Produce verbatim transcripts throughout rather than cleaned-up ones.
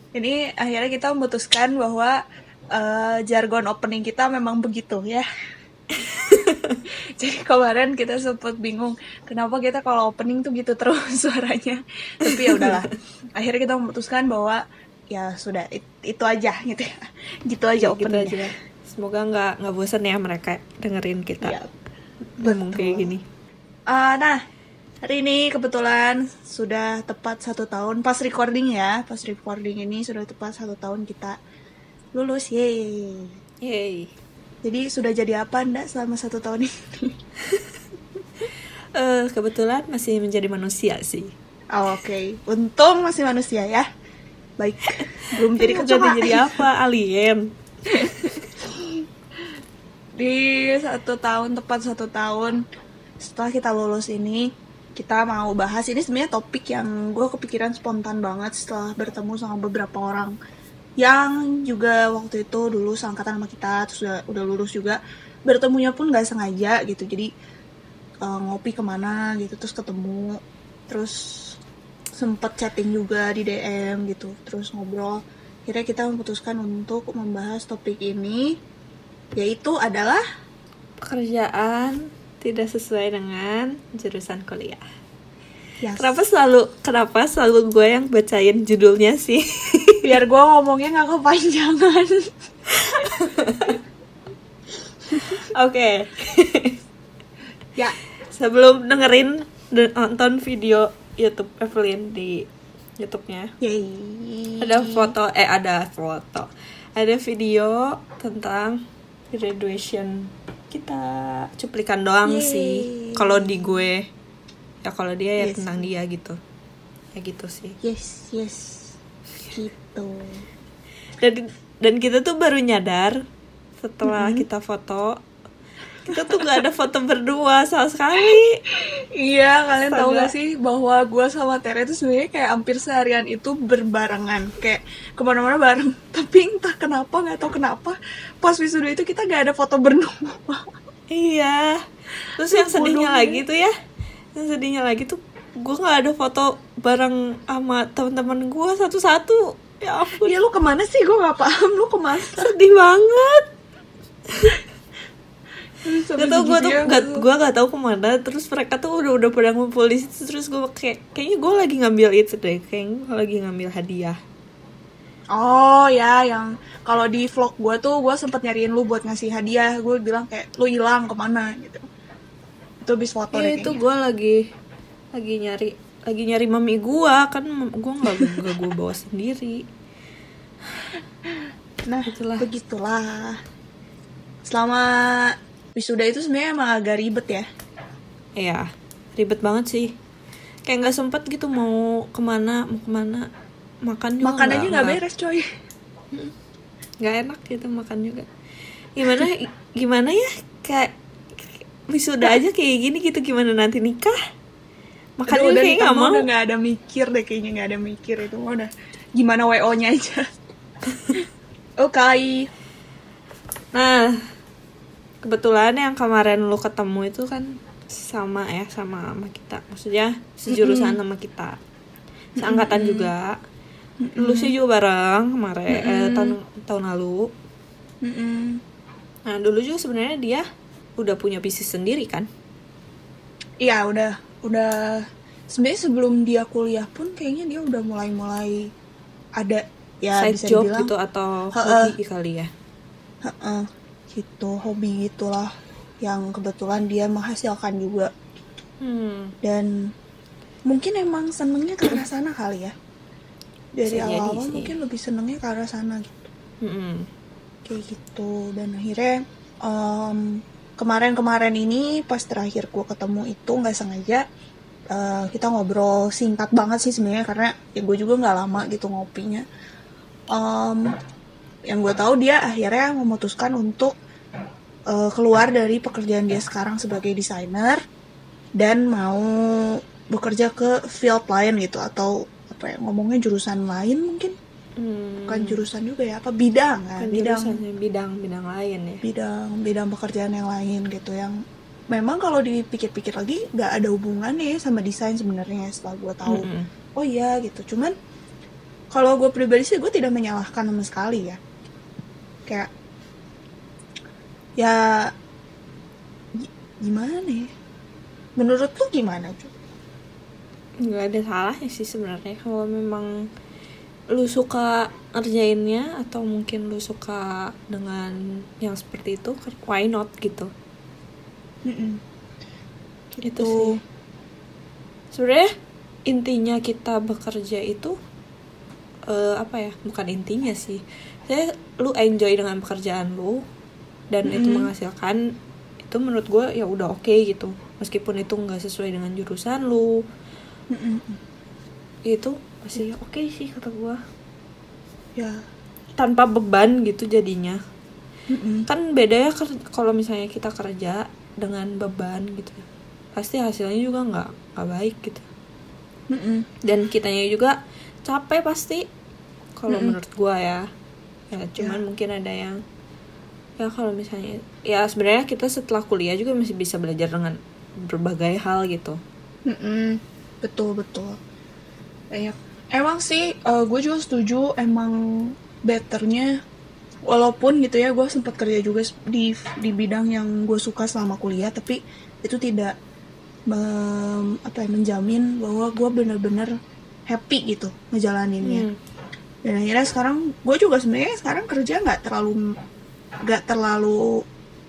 Ini akhirnya kita memutuskan bahwa uh, jargon opening kita memang begitu ya. Jadi kemarin kita sempat bingung kenapa kita kalau opening tuh gitu terus suaranya. Tapi ya udahlah. Akhirnya kita memutuskan bahwa ya sudah it, itu aja gitu ya. Gitu aja ya, openingnya. Gitu aja. Semoga nggak nggak bosan ya mereka dengerin kita ya, ngomong kayak gini. Uh, nah hari ini kebetulan sudah tepat satu tahun pas recording ya. Pas recording ini sudah tepat satu tahun kita lulus, yeay. Yeay. Jadi sudah jadi apa Nda selama satu tahun ini? uh, kebetulan masih menjadi manusia sih. Oh, oke, okay. Untung masih manusia ya. Baik, belum jadi kecoa. Jadi apa? Alien. Di satu tahun, tepat satu tahun setelah kita lulus ini, kita mau bahas ini sebenarnya topik yang gue kepikiran spontan banget setelah bertemu sama beberapa orang yang juga waktu itu dulu seangkatan sama kita, terus udah, udah lulus juga, bertemunya pun gak sengaja gitu, jadi uh, ngopi kemana gitu, terus ketemu, terus sempet chatting juga di D M gitu, terus ngobrol. Akhirnya kita memutuskan untuk membahas topik ini, yaitu adalah pekerjaan tidak sesuai dengan jurusan kuliah. Yes. Kenapa selalu kenapa selalu gue yang bacain judulnya sih? Biar gue ngomongnya nggak kepanjangan. Oke. Ya. Sebelum dengerin dan nonton video YouTube Evelyn di YouTube-nya, Yeay. ada foto eh ada foto, ada video tentang graduation kita, cuplikan doang. Yeay. Sih. Kalau di gue, ya kalau dia ya yes. Tentang dia gitu, ya gitu sih. Yes yes. Gitu. Dan dan kita tuh baru nyadar setelah mm-hmm. kita foto, kita tuh gak ada foto berdua sama sekali. Iya, kalian tahu gak sih bahwa gue sama Tere itu sebenarnya kayak hampir seharian itu berbarengan, kayak kemana-mana bareng. Tapi entah kenapa, nggak tahu kenapa pas wisuda itu kita gak ada foto berdua. Iya. Terus yang sedihnya lagi tuh ya, yang sedihnya lagi tuh gue nggak ada foto bareng sama teman-teman gue satu-satu. Ya ampun. Ya lu kemana sih? Gue nggak paham. Lu kemana? Sedih banget. Gak tau gue tuh gak, gue gak tau kemana. Terus mereka tuh udah udah pada ngumpul di situ. Terus gue kayak kayaknya gue lagi ngambil itu deh. Kayaknya gue lagi ngambil hadiah. Oh ya, yang kalau di vlog gue tuh gue sempet nyariin lu buat ngasih hadiah. Gue bilang kayak lu hilang kemana gitu. Itu habis foto ya, deh. Itu gue lagi lagi nyari lagi nyari mami gue, kan gue nggak nggak gue bawa sendiri. Nah itulah begitulah. Selama wisuda itu sebenarnya emang agak ribet ya. Iya, ribet banget sih. Kayak nggak sempet gitu mau kemana mau kemana makan juga. Makan aja nggak beres coy. Nggak enak gitu makan juga. Gimana gimana ya kayak wisuda aja kayak gini gitu, gimana nanti nikah? Makanya udah kayak nggak mau. Udah nggak ada mikir deh, kayaknya nggak ada mikir itu mah udah gimana W O-nya aja. Oke. Okay. Nah, kebetulan yang kemarin lu ketemu itu kan sama ya sama sama kita, maksudnya sejurusan mm-hmm. sama kita, seangkatan mm-hmm. juga. Mm-hmm. Lulusnya juga bareng kemarin mm-hmm. eh, tahun tahun lalu. Mm-hmm. Nah dulu juga sebenarnya dia udah punya bisnis sendiri kan? Iya udah. Udah sebenarnya sebelum dia kuliah pun kayaknya dia udah mulai-mulai ada ya side bisa job dibilang gitu atau he-he. hobi kali ya. Heeh. Gitu, hobi gitulah yang kebetulan dia menghasilkan juga. Hmm. Dan mungkin emang senengnya ke arah sana kali ya. Dari awal mungkin lebih senengnya ke arah sana gitu. Hmm. Kayak gitu. Dan akhirnya um, kemarin-kemarin ini pas terakhir gue ketemu itu nggak sengaja uh, kita ngobrol singkat banget sih sebenarnya, karena ya gue juga nggak lama gitu ngopinya. Um, yang gue tahu dia akhirnya memutuskan untuk uh, keluar dari pekerjaan dia sekarang sebagai desainer dan mau bekerja ke field lain gitu, atau apa ya ngomongnya jurusan lain mungkin. Hmm. Bukan jurusan juga ya, apa bidang kan? Kan bidang bidang bidang lain ya. Bidang bidang pekerjaan yang lain gitu, yang memang kalau dipikir-pikir lagi nggak ada hubungannya sama desain sebenarnya setelah gue tahu. Mm-hmm. Oh iya gitu, cuman kalau gue pribadi sih gue tidak menyalahkan sama sekali ya. Kayak ya gimana ya? Menurut lu gimana tuh? Nggak ada salahnya sih sebenarnya kalau memang lu suka ngerjainnya atau mungkin lu suka dengan yang seperti itu, why not gitu. Mm-mm. Gitu. Itu sih sebenarnya intinya kita bekerja itu uh, apa ya, bukan intinya sih, saya lu enjoy dengan pekerjaan lu dan mm-hmm. itu menghasilkan, itu menurut gue ya udah oke okay, gitu, meskipun itu nggak sesuai dengan jurusan lu, mm-hmm. itu masih oke okay sih kata gue ya, tanpa beban gitu jadinya. mm-hmm. Kan beda ya kalau misalnya kita kerja dengan beban gitu, pasti hasilnya juga nggak nggak baik gitu. Mm-mm. Dan kitanya juga capek pasti kalau menurut gue ya. Ya cuman yeah. mungkin ada yang ya kalau misalnya ya sebenarnya kita setelah kuliah juga masih bisa belajar dengan berbagai hal gitu. Mm-mm. Betul betul. Ya, emang sih uh, gue juga setuju, emang betternya walaupun gitu ya, gue sempat kerja juga di di bidang yang gue suka selama kuliah, tapi itu tidak Mem, apa ya, menjamin bahwa gue bener-bener happy gitu ngejalaninnya. Hmm. Dan akhirnya sekarang gue juga sebenarnya sekarang kerja nggak terlalu nggak terlalu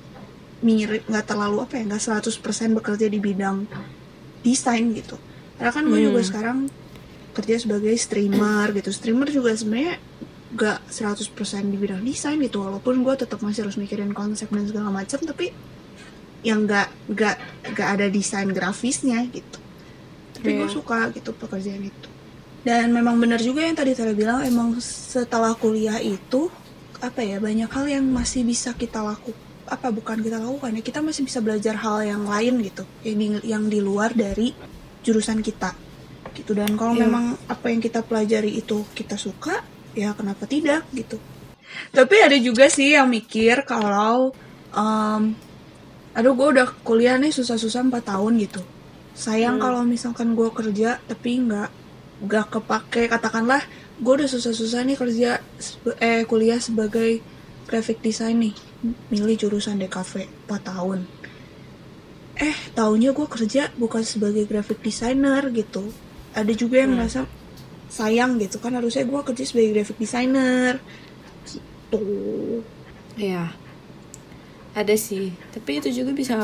mirip, nggak terlalu apa ya, nggak seratus persen bekerja di bidang desain gitu. Karena kan gue hmm. juga sekarang kerja sebagai streamer gitu. Streamer juga sebenarnya nggak seratus persen di bidang desain gitu, walaupun gue tetap masih harus mikirin konsep dan segala macam, tapi yang nggak nggak nggak ada desain grafisnya gitu. Tapi yeah. gue suka gitu pekerjaan itu. Dan memang benar juga yang tadi Tara bilang, emang setelah kuliah itu apa ya, banyak hal yang masih bisa kita lakukan, apa bukan kita lakukan ya, kita masih bisa belajar hal yang lain gitu, yang di, yang di luar dari jurusan kita gitu. Dan kalau yeah. memang apa yang kita pelajari itu kita suka, ya kenapa tidak gitu. Tapi ada juga sih yang mikir kalau um, aduh gue udah kuliah nih susah-susah empat tahun gitu, sayang hmm. kalau misalkan gue kerja tapi nggak nggak kepake, katakanlah gue udah susah-susah nih kerja eh kuliah sebagai graphic design nih, milih jurusan D K V empat tahun, eh tahunnya gue kerja bukan sebagai graphic designer gitu. Ada juga yang hmm. merasa sayang gitu kan, harusnya gue kerja sebagai graphic designer gitu. Iya, ada sih, tapi itu juga bisa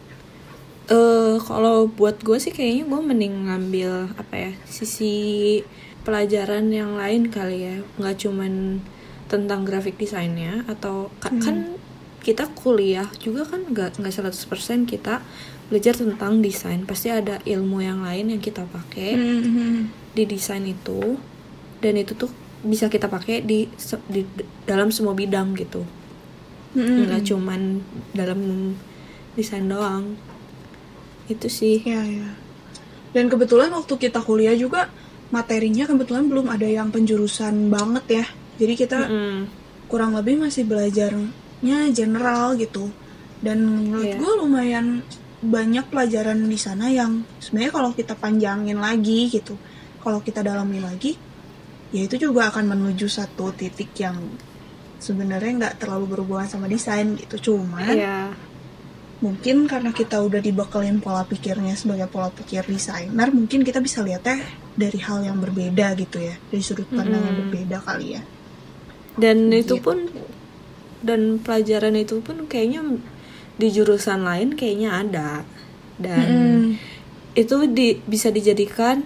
uh, kalau buat gue sih kayaknya gue mending ngambil apa ya, sisi pelajaran yang lain kali ya, nggak cuman tentang graphic desainnya, atau hmm. kan kita kuliah juga kan nggak nggak seratus persen kita belajar tentang desain, pasti ada ilmu yang lain yang kita pakai hmm. di desain itu, dan itu tuh bisa kita pakai di, di dalam semua bidang gitu. Mm-hmm. Nggak cuman dalam desain doang. Itu sih ya, ya. Dan kebetulan waktu kita kuliah juga materinya kebetulan belum ada yang penjurusan banget ya, jadi kita mm-hmm. kurang lebih masih belajarnya general gitu. Dan menurut yeah. gue lumayan banyak pelajaran di sana yang sebenarnya kalau kita panjangin lagi gitu, kalau kita dalami lagi, ya itu juga akan menuju satu titik yang sebenarnya nggak terlalu berhubungan sama desain gitu. Cuman yeah. mungkin karena kita udah dibekelin pola pikirnya sebagai pola pikir desainer, mungkin kita bisa lihatnya dari hal yang berbeda gitu ya, dari sudut pandang mm-hmm. yang berbeda kali ya. Dan gitu. Itu pun, dan pelajaran itu pun kayaknya di jurusan lain kayaknya ada, dan mm-hmm. itu di, bisa dijadikan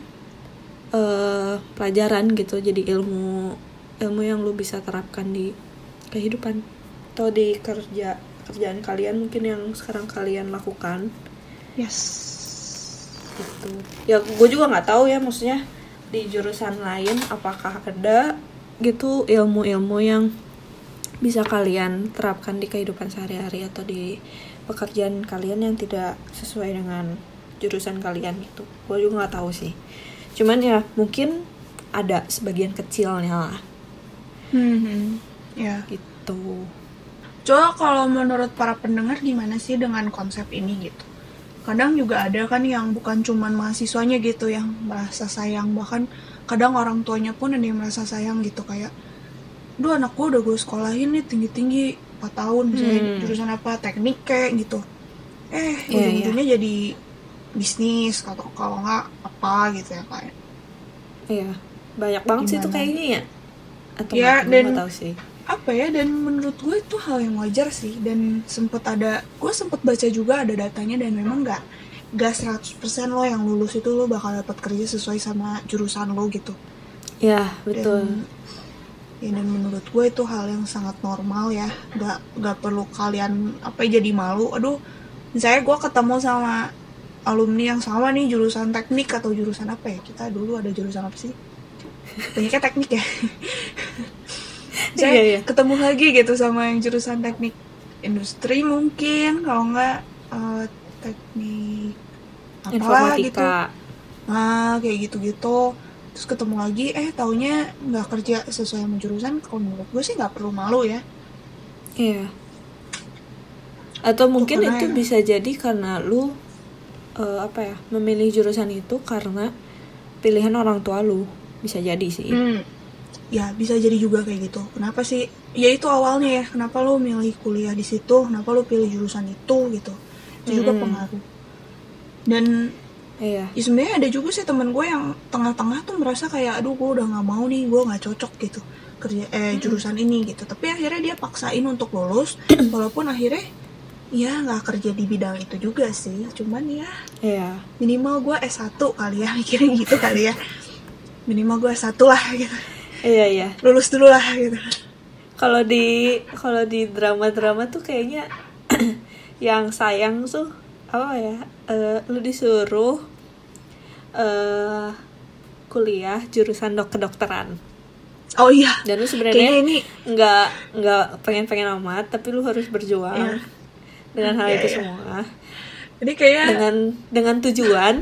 uh, pelajaran gitu, jadi ilmu ilmu yang lu bisa terapkan di kehidupan atau di kerja kerjaan kalian mungkin yang sekarang kalian lakukan. Yes. Gitu. Ya gue juga nggak tahu ya, maksudnya di jurusan lain apakah ada gitu ilmu-ilmu yang bisa kalian terapkan di kehidupan sehari-hari atau di pekerjaan kalian yang tidak sesuai dengan jurusan kalian gitu. Gue juga nggak tahu sih. Cuman ya mungkin ada sebagian kecilnya lah. Hmm. Ya gitu. Coba kalau menurut para pendengar gimana sih dengan konsep ini gitu? Kadang juga ada kan yang bukan cuman mahasiswanya gitu yang merasa sayang, bahkan kadang orang tuanya pun ada yang merasa sayang gitu, kayak duh anak gue udah gue sekolahin nih tinggi-tinggi empat tahun misalnya Hmm. jurusan apa teknik kayak gitu, eh Iya, ujung-ujungnya jadi bisnis atau kalau nggak apa gitu ya kayak Iya, banyak banget sih itu gimana kayaknya ya. Atau ya. nggak, gue Dan nggak tahu sih. apa ya, dan menurut gue itu hal yang wajar sih, dan sempet ada gue sempet baca juga ada datanya, dan memang nggak nggak seratus persen lo yang lulus itu lo bakal dapat kerja sesuai sama jurusan lo gitu. Ya, betul. Dan ya, dan menurut gue itu hal yang sangat normal ya, nggak nggak perlu kalian apa ya, jadi malu. Aduh, misalnya gue ketemu sama alumni yang sama nih jurusan teknik atau jurusan apa ya, kita dulu ada jurusan apa sih, banyaknya teknik ya. Saya Iya, iya. ketemu lagi gitu sama yang jurusan teknik industri mungkin, kalau nggak eh, teknik apalah gitu. Informatika. Nah, kayak gitu-gitu. Terus ketemu lagi, eh taunya nggak kerja sesuai sama jurusan. Kalau menurut gue sih nggak perlu malu ya. Iya. Atau mungkin karena itu ya- bisa jadi karena lu eh, apa ya, memilih jurusan itu karena pilihan orang tua lu. Bisa jadi sih. Hmm, ya bisa jadi juga kayak gitu. Kenapa sih? Ya itu awalnya ya. Kenapa lo milih kuliah di situ? Kenapa lo pilih jurusan itu gitu? Itu juga Mm-mm. pengaruh. Dan Iya. ya sebenarnya ada juga sih temen gue yang tengah-tengah tuh merasa kayak aduh gue udah nggak mau nih, gue nggak cocok gitu kerja eh jurusan ini gitu, tapi akhirnya dia paksain untuk lulus walaupun akhirnya ya nggak kerja di bidang itu juga sih, cuman ya Iya. minimal gue S satu kali ya, mikirnya gitu kali ya, minimal gue S satu lah gitu, Iya, iya. lulus dulu lah gitu. Kalau di kalau di drama-drama tuh kayaknya yang sayang tuh apa ya? Eh, lu disuruh eh kuliah jurusan dok kedokteran. Oh iya, Dan lu kayaknya sebenarnya ini nggak nggak pengen-pengen amat, tapi lu harus berjuang Iya. dengan hal Iya, itu iya. semua, ini kayak dengan dengan tujuan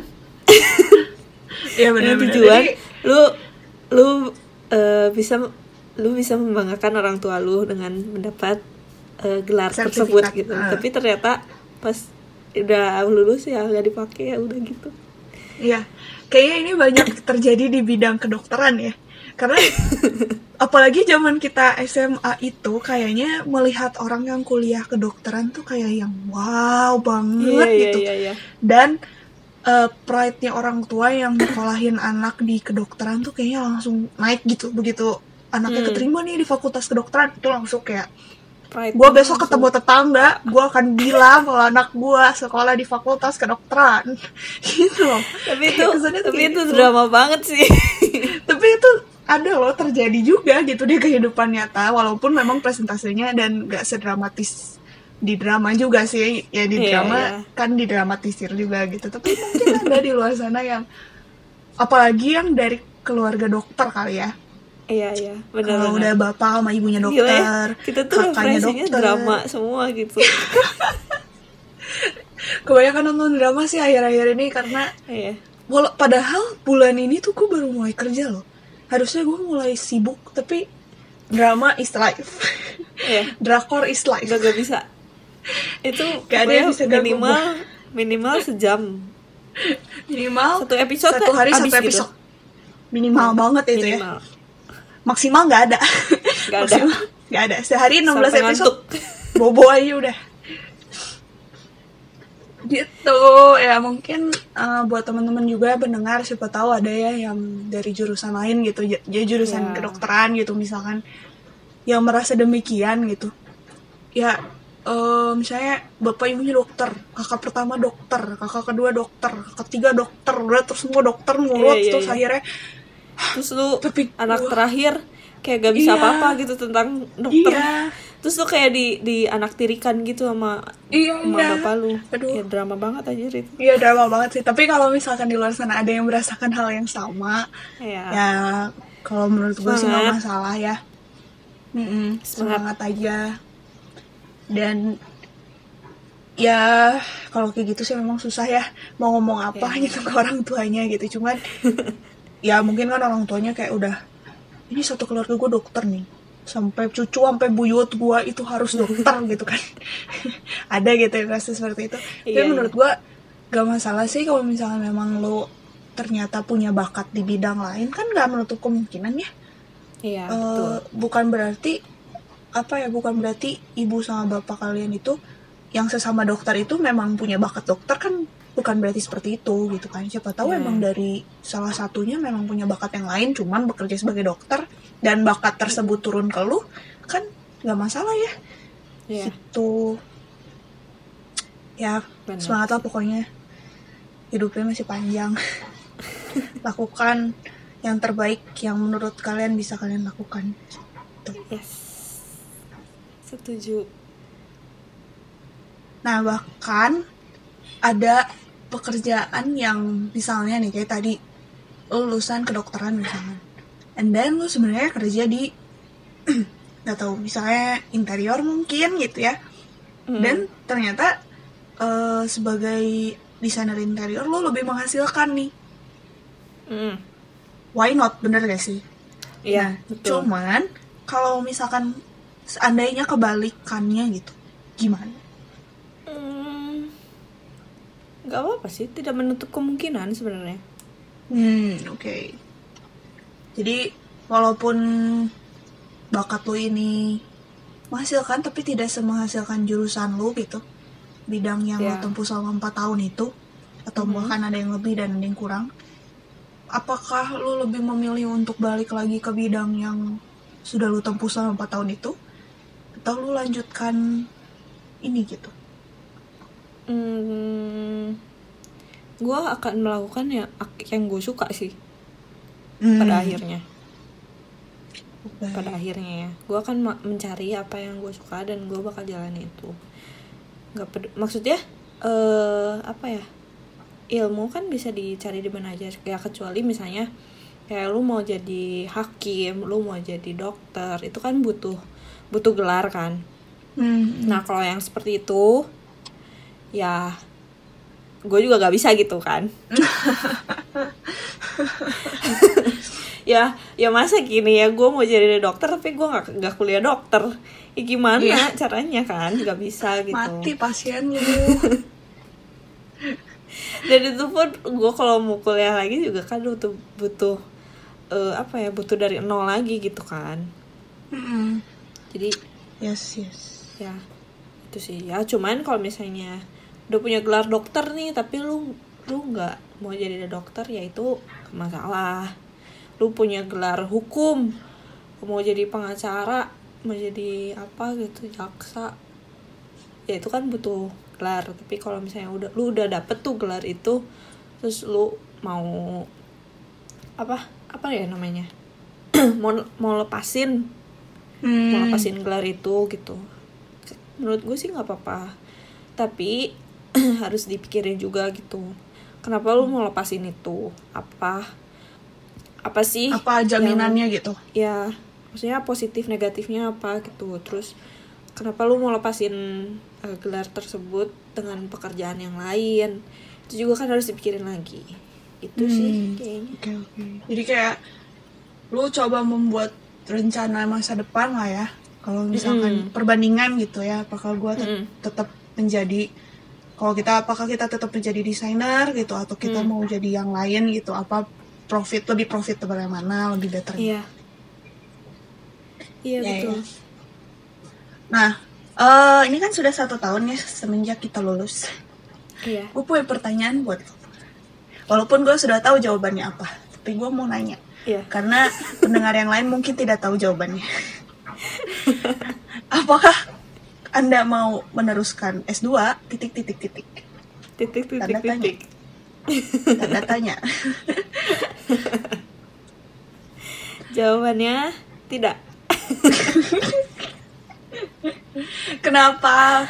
ya dengan benar-benar. tujuan Jadi, lu lu eh, bisa lu bisa membanggakan orang tua lu dengan mendapat eh, gelar tersebut Sertifikat, gitu. ah. Tapi ternyata pas udah lulus ya nggak dipakai, ya udah gitu. iya, kayaknya ini banyak terjadi di bidang kedokteran ya. Karena apalagi zaman kita S M A itu kayaknya melihat orang yang kuliah kedokteran tuh kayak yang wow banget Iya, iya, gitu. iya, iya. Dan eh, pride-nya orang tua yang nyekolahin anak di kedokteran tuh kayaknya langsung naik gitu. Begitu anaknya Hmm. keterima nih di fakultas kedokteran, itu langsung kayak Pride gue nya besok langsung. ketemu tetangga, gue akan bilang kalau anak gue sekolah di fakultas kedokteran gitu loh. Tapi itu Kayak kesannya tapi kayak itu gitu. drama banget sih. Tapi itu ada loh, terjadi juga gitu di kehidupan nyata, walaupun memang presentasinya dan gak sedramatis di drama juga sih ya, di Iya, drama iya. kan didramatisir juga gitu, tapi mungkin ada di luar sana yang apalagi yang dari keluarga dokter kali ya, Iya, iya, kalau benar-benar. udah bapak sama ibunya Gila ya, dokter, kita tuh kakaknya referensinya dokter. drama semua gitu. Kebanyakan nonton drama sih akhir-akhir ini karena Iya. wala- padahal bulan ini tuh gue baru mulai kerja loh, harusnya gue mulai sibuk, tapi drama is life. Iya. Drakor is life. Udah gak bisa. Itu Gak ada yang pokoknya bisa ganggu minimal minimal sejam. Minimal Satu episode satu hari habis satu gitu. episode. Minimal banget itu ya. Minimal. Maksimal nggak ada. Nggak ada. Maksimal nggak ada. Sehari enam belas Sampai episode. ngantuk. Bobo aja udah. Gitu ya, mungkin uh, buat teman-teman juga pendengar siapa tahu ada ya yang dari jurusan lain gitu, j- jadi jurusan Ya. kedokteran gitu misalkan, yang merasa demikian gitu. Ya eh, misalnya bapak ibunya dokter, kakak pertama dokter, kakak kedua dokter, kakak ketiga dokter, udah terus semua dokter ngurut, Iya, iya, terus iya. akhirnya Terus lu Tapi anak gua- terakhir kayak gak bisa Iya. apa-apa gitu tentang dokter. iya Terus lu kayak di di anak tirikan gitu sama iya sama iya. bapak lu. Aduh. Ya drama banget aja itu. Iya drama banget sih. Tapi kalau misalkan di luar sana ada yang merasakan hal yang sama, Iya. ya kalau menurut gue sih nggak Semangat. masalah ya. Mm-mm, Semangat. semangat aja. Dan ya kalau kayak gitu sih memang susah ya mau ngomong apa Iya. gitu ke orang tuanya gitu. Cuman ya mungkin kan orang tuanya kayak udah, ini satu keluarga gue dokter nih, sampai cucu sampai buyut gue itu harus dokter gitu kan. Ada gitu yang rasa seperti itu. Tapi Iya, menurut gue gak masalah sih kalau misalnya memang lo ternyata punya bakat di bidang lain kan nggak menutup kemungkinan ya. Iya, Eh, betul. bukan berarti apa ya bukan berarti ibu sama bapak kalian itu yang sesama dokter itu memang punya bakat dokter kan, bukan berarti seperti itu gitu kan. Siapa tahu Nah. emang dari salah satunya memang punya bakat yang lain cuman bekerja sebagai dokter dan bakat tersebut turun ke lu kan nggak masalah ya. Iya, Itu ya benar. semangat lah pokoknya, hidupnya masih panjang. Lakukan yang terbaik yang menurut kalian bisa kalian lakukan. Tuh. Yes. Setuju. Nah bahkan ada pekerjaan yang misalnya nih kayak tadi lu lulusan kedokteran misalnya, and then lu sebenarnya kerja di nggak tahu misalnya interior mungkin gitu ya, Mm. dan ternyata eh, sebagai desainer interior lu lebih menghasilkan nih. Mm. Why not, bener gak sih? Iya, Nah, betul. cuman kalau misalkan seandainya kebalikannya gitu, gimana? Hmm, nggak apa-apa sih, tidak menutup kemungkinan sebenarnya. Hmm, oke. Jadi walaupun bakat lu ini menghasilkan tapi tidak semenghasilkan jurusan lu gitu, bidang yang Ya. lu tempuh selama empat tahun itu, atau Mhm. bahkan ada yang lebih dan ada yang kurang, apakah lu lebih memilih untuk balik lagi ke bidang yang sudah lu tempuh selama empat tahun itu, atau lu lanjutkan ini gitu? Hmm, gue akan melakukan yang yang gue suka sih Hmm, pada akhirnya. oke. Pada akhirnya ya, gue akan ma- mencari apa yang gue suka dan gue bakal jalani itu. Nggak pedu- maksudnya eh apa ya? Ilmu kan bisa dicari di mana aja. Kayak kecuali misalnya kayak lu mau jadi hakim, lu mau jadi dokter, itu kan butuh butuh gelar kan. Hmm, Nah kalau yang seperti itu, ya gue juga gak bisa gitu kan. ya ya masa gini ya, gue mau jadi dokter tapi gue nggak nggak kuliah dokter, ya gimana Iya. caranya kan, nggak bisa gitu. mati pasien lu. Dan itu pun gue kalau mau kuliah lagi juga kan butuh butuh eh, apa ya butuh dari nol lagi gitu kan. Hmm, Jadi yes yes. ya itu sih ya. Cuman kalau misalnya udah punya gelar dokter nih tapi lu lu nggak mau jadi dokter, ya itu masalah. Lu punya gelar hukum, mau jadi pengacara, mau jadi apa gitu, jaksa, ya itu kan butuh gelar. Tapi kalau misalnya udah lu udah dapet tuh gelar itu, terus lu mau apa apa ya namanya mau mau lepasin Hmm, mau lepasin gelar itu gitu, menurut gue sih nggak apa-apa. Tapi harus dipikirin juga gitu, kenapa lu mau lepasin itu, apa apa sih apa jaminannya gitu? ya, maksudnya positif negatifnya apa gitu. Terus kenapa lu mau lepasin uh, gelar tersebut dengan pekerjaan yang lain, itu juga kan harus dipikirin lagi. Itu Hmm, sih kayaknya. Oke oke. Jadi kayak lu coba membuat rencana masa depan lah ya. Kalau misalkan Mm-mm. perbandingan gitu ya, apakah gua tet- Mm-mm. tetap menjadi, kalau kita apakah kita tetap menjadi desainer gitu, atau kita Mm. mau jadi yang lain gitu, apa profit lebih profitable yang mana, lebih better? Iya iya Ya, betul. ya. Nah, eh ini kan sudah satu tahun ya semenjak kita lulus. Iya. Gue punya pertanyaan buat lo. Walaupun gue sudah tahu jawabannya apa, tapi gue mau nanya. Iya. Karena pendengar yang lain mungkin tidak tahu jawabannya. Apakah Anda mau meneruskan S dua titik titik titik? Titik titik Tanda tanya. titik. Tanda tanya. Jawabannya tidak. Kenapa?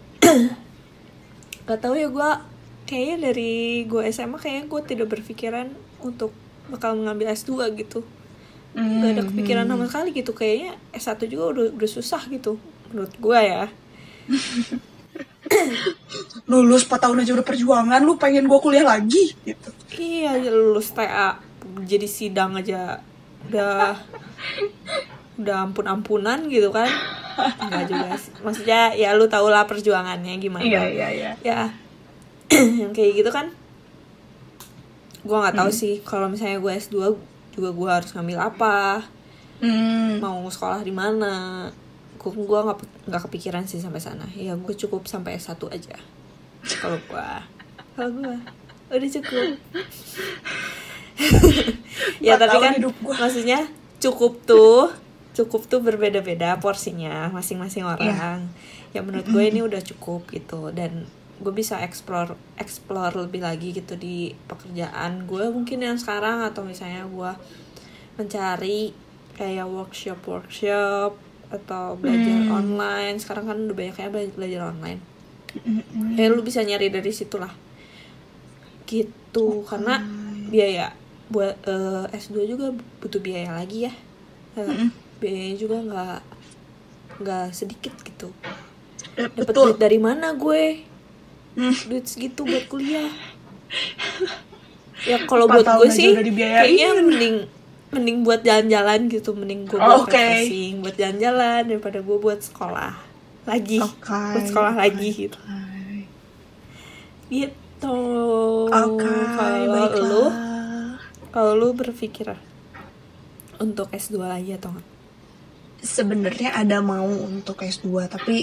Gak tahu ya, gue kayaknya dari gue S M A kayaknya gue tidak berpikiran untuk bakal mengambil S dua gitu. Gak ada kepikiran sama sekali gitu. Kayaknya S satu juga udah udah susah gitu menurut gue ya. Lulus empat tahun aja udah perjuangan, lu pengen gue kuliah lagi gitu. Iya, lulus T A jadi sidang aja udah udah ampun-ampunan gitu kan. Enggak juga sih. Maksudnya ya lu tau lah perjuangannya gimana. Iya iya iya. Ya yang kayak gitu kan gue nggak tahu Hmm. sih kalau misalnya gue S dua juga gue harus ngambil apa, Hmm. mau sekolah di mana. Gue gue nggak nggak kepikiran sih sampai sana. Ya gue cukup sampai S satu aja. Kalau gue, kalau gue udah cukup. Ya Empat tapi tahun kan hidup gua. maksudnya cukup tuh, cukup tuh berbeda-beda porsinya masing-masing orang. Ya menurut gue ini udah cukup gitu, dan gue bisa explore explore lebih lagi gitu di pekerjaan gue mungkin yang sekarang, atau misalnya gue mencari kayak workshop workshop atau belajar Hmm. online. Sekarang kan udah banyak kayak belajar, belajar online. Mm-mm. Ya lu bisa nyari dari situ lah gitu. Karena biaya buat eh, S dua juga butuh biaya lagi ya. Eh, Mm-mm. biayanya juga nggak nggak sedikit gitu. Eh, Dapat betul. duit dari mana gue? Hmm. Duit segitu buat kuliah. Ya kalau Empat buat tahun gue aja sih udah dibiayain. kayaknya mending mending buat jalan-jalan gitu, mending gue Oh, buat oke. refreshing, buat jalan-jalan daripada gue buat sekolah lagi, Oke, buat sekolah oke, lagi gitu. oke. Gitu. Oke, Kalau lu, baiklah. kalau lu berpikir untuk S dua lagi atau enggak? Sebenarnya ada mau untuk S dua, tapi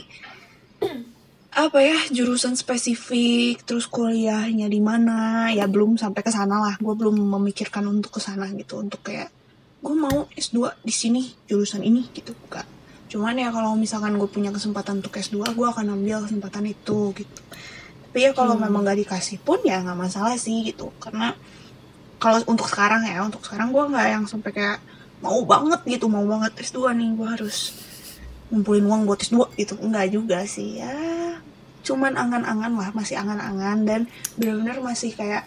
apa ya, jurusan spesifik terus kuliahnya di mana ya belum sampai ke sana lah. Gue belum memikirkan untuk ke sana gitu, untuk kayak gue mau S dua di sini jurusan ini gitu, bukan. Cuman ya kalau misalkan gue punya kesempatan untuk S dua, gue akan ambil kesempatan itu gitu. Tapi ya kalau Hmm. memang gak dikasih pun ya nggak masalah sih gitu, karena kalau untuk sekarang ya untuk sekarang gue nggak yang sampai kayak mau banget gitu, mau banget S dua nih, gue harus ngumpulin uang buat S dua gitu, enggak juga sih ya, cuman angan-angan lah, masih angan-angan, dan benar-benar masih kayak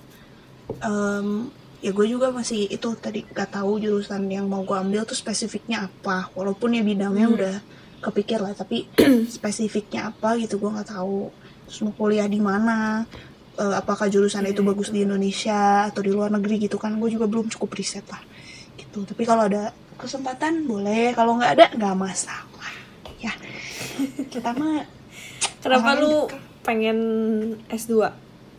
um, ya gue juga masih itu tadi gak tahu jurusan yang mau gue ambil tuh spesifiknya apa, walaupun ya bidangnya Hmm. udah kepikir lah, tapi spesifiknya apa gitu gue nggak tahu. Terus mau kuliah di mana, uh, apakah jurusan Iya, itu bagus itu. di Indonesia atau di luar negeri gitu kan, gue juga belum cukup riset lah gitu. Tapi kalau ada kesempatan boleh, kalau nggak ada nggak masalah ya. Kita mah Kenapa orangnya lu gitu. pengen S dua?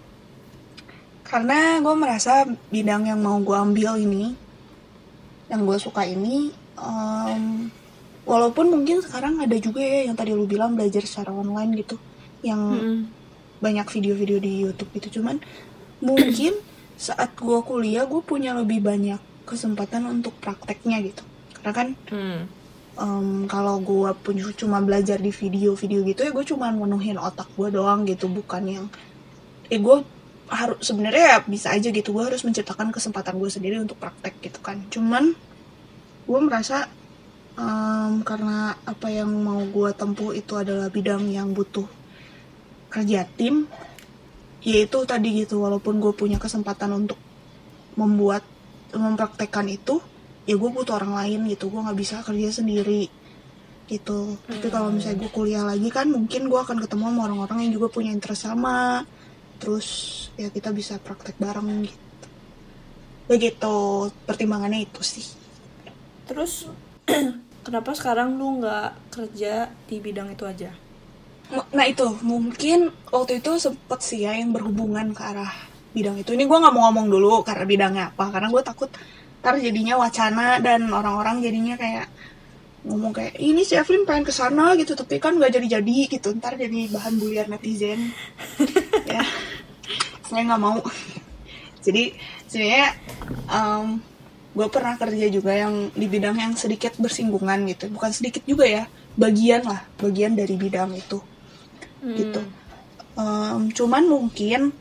Karena gue merasa bidang yang mau gue ambil ini, yang gue suka ini, um, walaupun mungkin sekarang ada juga ya yang tadi lu bilang belajar secara online gitu, yang Hmm. banyak video-video di YouTube gitu, cuman mungkin saat gue kuliah gue punya lebih banyak kesempatan untuk prakteknya gitu. Karena kan Hmm. um, kalau gue punya cuma belajar di video-video gitu ya gue cuma menuhin otak gue doang gitu, bukan yang eh gue harus, sebenarnya ya bisa aja gitu, gue harus menciptakan kesempatan gue sendiri untuk praktek gitu kan. Cuman gue merasa um, karena apa yang mau gue tempuh itu adalah bidang yang butuh kerja tim, yaitu tadi gitu, walaupun gue punya kesempatan untuk membuat mempraktekkan itu, ya gue butuh orang lain gitu, gue nggak bisa kerja sendiri gitu. Tapi kalau misalnya gue kuliah lagi kan mungkin gue akan ketemu sama orang-orang yang juga punya interest sama, terus ya kita bisa praktek bareng gitu. Begitu pertimbangannya itu sih. Terus kenapa sekarang lu nggak kerja di bidang itu aja? Nah itu mungkin waktu itu sempet sih ya yang berhubungan ke arah bidang itu. Ini gue nggak mau ngomong dulu karena bidangnya apa, karena gue takut ntar jadinya wacana dan orang-orang jadinya kayak ngomong kayak ini si Evelyn pengen kesana gitu, tapi kan nggak jadi-jadi gitu, ntar jadi bahan bulian netizen. Ya, saya nggak mau. Jadi sebenarnya um, gue pernah kerja juga yang di bidang yang sedikit bersinggungan gitu, bukan sedikit juga ya, bagian lah, bagian dari bidang itu. Hmm. Gitu. Um, cuman mungkin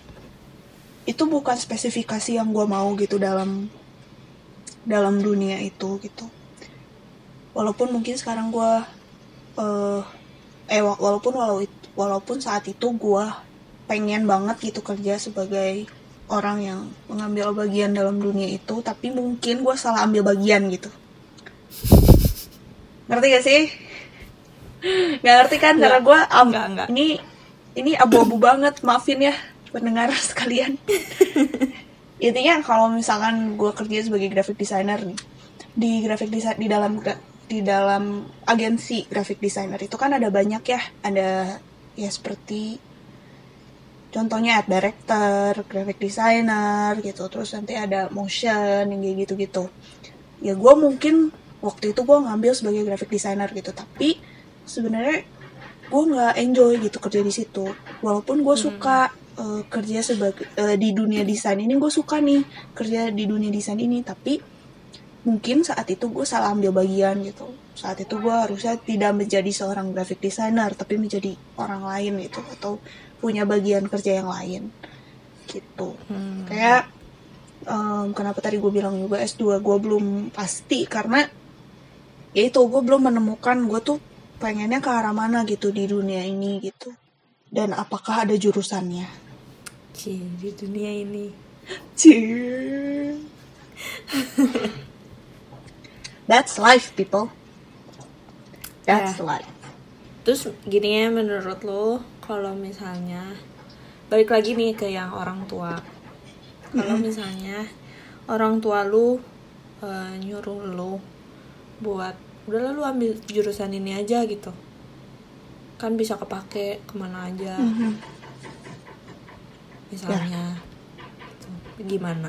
itu bukan spesifikasi yang gue mau gitu dalam dalam dunia itu gitu. Walaupun mungkin sekarang gue uh, eh walaupun walau walaupun saat itu gue pengen banget gitu kerja sebagai orang yang mengambil bagian dalam dunia itu, tapi mungkin gue salah ambil bagian gitu. Ngerti gak sih? Nggak ngerti kan? Karena gue um, Enggak, enggak. ini ini abu-abu banget, maafin ya pendengar sekalian. Intinya kalau misalkan gue kerja sebagai graphic designer nih, di graphic design di dalam di dalam agensi graphic designer itu kan ada banyak ya, ada ya seperti contohnya art director, graphic designer gitu, terus nanti ada motion yang kayak gitu-gitu. Ya gue mungkin waktu itu gue ngambil sebagai graphic designer gitu, tapi sebenarnya gue nggak enjoy gitu kerja di situ. Walaupun gue suka uh, kerja sebagai uh, di dunia desain ini, gue suka nih kerja di dunia desain ini, tapi mungkin saat itu gue salah ambil bagian gitu. Saat itu gue harusnya tidak menjadi seorang graphic designer, tapi menjadi orang lain gitu, atau punya bagian kerja yang lain gitu. Hmm. Kayak um, kenapa tadi gue bilang juga S dua gue belum pasti, karena ya itu gue belum menemukan gue tuh pengennya ke arah mana gitu di dunia ini gitu, dan apakah ada jurusannya. Cie, di dunia ini Cie. That's life, people. That's yeah. life. Terus gini ya, menurut lo kalau misalnya balik lagi nih ke yang orang tua, kalau mm-hmm. misalnya orang tua lu uh, nyuruh lu buat udah lu ambil jurusan ini aja gitu, kan bisa kepake kemana aja, mm-hmm. misalnya yeah. gitu. Gimana?